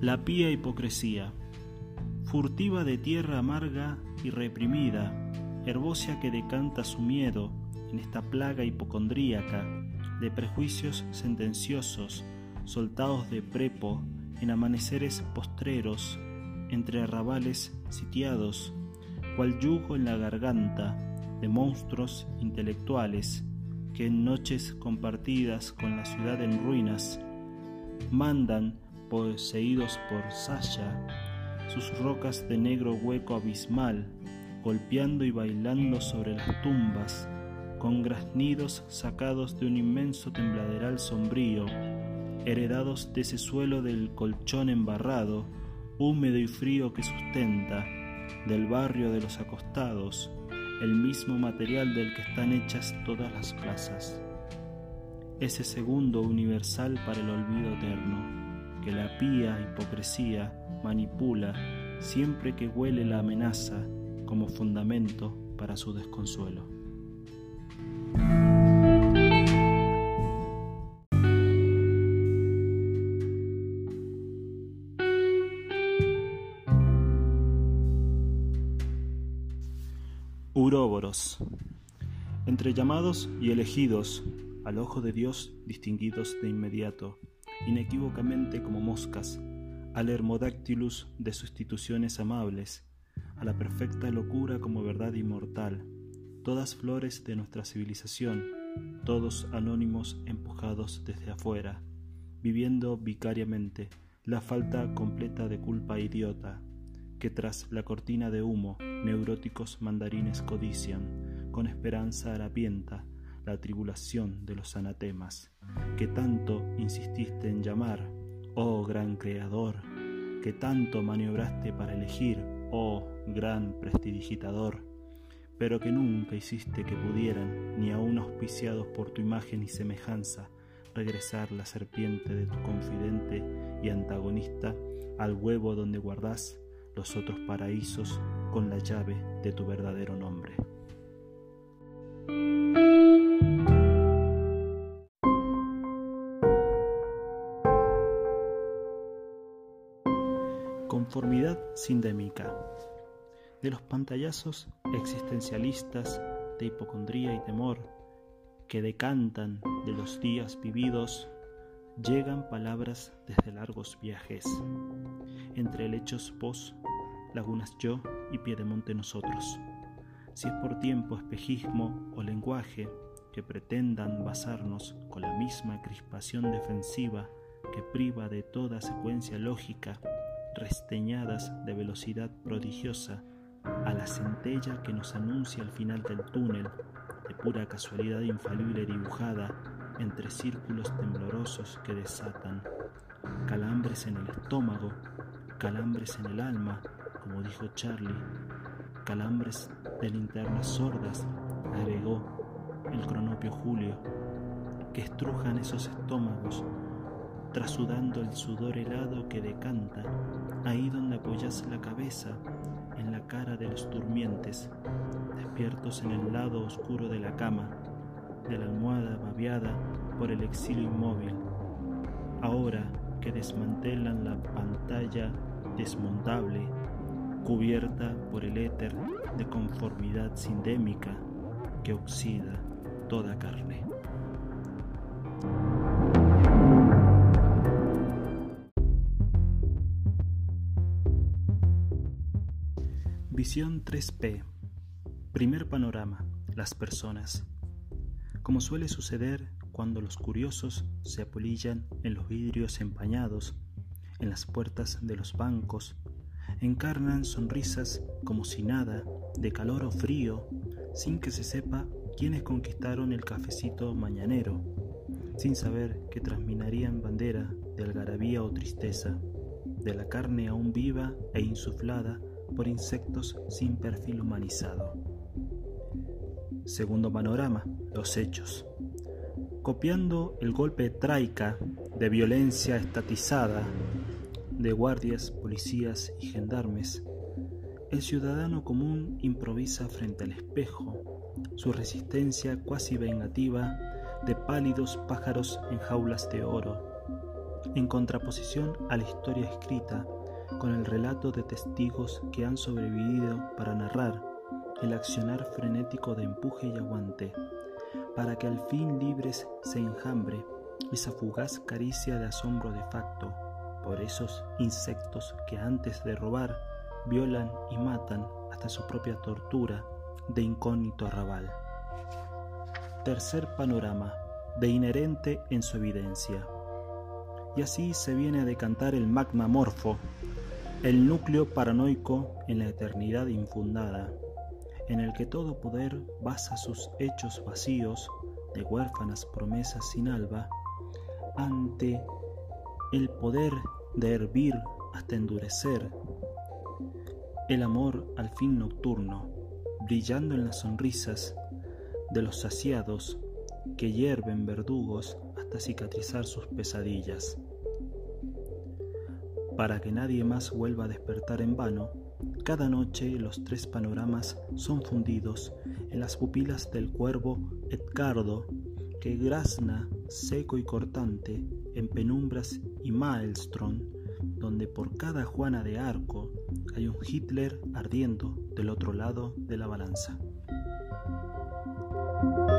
La pía hipocresía, furtiva de tierra amarga y reprimida, herbósea que decanta su miedo en esta plaga hipocondríaca de prejuicios sentenciosos, soltados de prepo en amaneceres postreros, entre arrabales sitiados, cual yugo en la garganta de monstruos intelectuales que en noches compartidas con la ciudad en ruinas mandan, poseídos por Sasha, sus rocas de negro hueco abismal, golpeando y bailando sobre las tumbas, con graznidos sacados de un inmenso tembladeral sombrío, heredados de ese suelo del colchón embarrado, húmedo y frío que sustenta, del barrio de los acostados, el mismo material del que están hechas todas las plazas. Ese segundo universal para el olvido eterno, que la pía hipocresía manipula siempre que huele la amenaza como fundamento para su desconsuelo. Uróboros, entre llamados y elegidos, al ojo de Dios distinguidos de inmediato, inequívocamente como moscas, al Hermodactylus de sustituciones amables, a la perfecta locura como verdad inmortal, todas flores de nuestra civilización, todos anónimos empujados desde afuera, viviendo vicariamente la falta completa de culpa idiota, que tras la cortina de humo neuróticos mandarines codician, con esperanza harapienta, la tribulación de los anatemas, que tanto insististe en llamar, oh gran creador, que tanto maniobraste para elegir, oh gran prestidigitador, pero que nunca hiciste que pudieran, ni aun auspiciados por tu imagen y semejanza, regresar la serpiente de tu confidente y antagonista al huevo donde guardás los otros paraísos con la llave de tu verdadero nombre. Conformidad sindémica. De los pantallazos existencialistas de hipocondría y temor que decantan de los días vividos, llegan palabras desde largos viajes, entre helechos vos, lagunas yo y piedemonte nosotros. Si es por tiempo, espejismo o lenguaje que pretendan basarnos con la misma crispación defensiva que priva de toda secuencia lógica, resteñadas de velocidad prodigiosa, a la centella que nos anuncia el final del túnel, de pura casualidad infalible dibujada entre círculos temblorosos que desatan calambres en el estómago, calambres en el alma, como dijo Charlie, calambres de linternas sordas, agregó el cronopio Julio, que estrujan esos estómagos, trasudando el sudor helado que decanta, ahí donde apoyas la cabeza, en la cara de los durmientes, despiertos en el lado oscuro de la cama, de la almohada babeada por el exilio inmóvil, ahora que desmantelan la pantalla desmontable, cubierta por el éter de conformidad sindémica que oxida toda carne. Visión 3P. Primer panorama, las personas. Como suele suceder cuando los curiosos se apolillan en los vidrios empañados, en las puertas de los bancos, encarnan sonrisas como si nada, de calor o frío, sin que se sepa quiénes conquistaron el cafecito mañanero, sin saber que transminarían bandera de algarabía o tristeza, de la carne aún viva e insuflada por insectos sin perfil humanizado. Segundo panorama, los hechos. Copiando el golpe traica de violencia estatizada de guardias, policías y gendarmes, el ciudadano común improvisa frente al espejo su resistencia cuasi vengativa de pálidos pájaros en jaulas de oro, en contraposición a la historia escrita, con el relato de testigos que han sobrevivido para narrar el accionar frenético de empuje y aguante, para que al fin libres se enjambre esa fugaz caricia de asombro de facto por esos insectos que antes de robar violan y matan hasta su propia tortura de incógnito arrabal. Tercer panorama, de inherente en su evidencia. Y así se viene a decantar el magma morfo, el núcleo paranoico en la eternidad infundada, en el que todo poder basa sus hechos vacíos de huérfanas promesas sin alba, ante el poder de hervir hasta endurecer, el amor al fin nocturno, brillando en las sonrisas de los saciados que hierven verdugos hasta cicatrizar sus pesadillas. Para que nadie más vuelva a despertar en vano, cada noche los tres panoramas son fundidos en las pupilas del cuervo Edgardo, que grazna seco y cortante en penumbras y maelstrom, donde por cada Juana de Arco hay un Hitler ardiendo del otro lado de la balanza.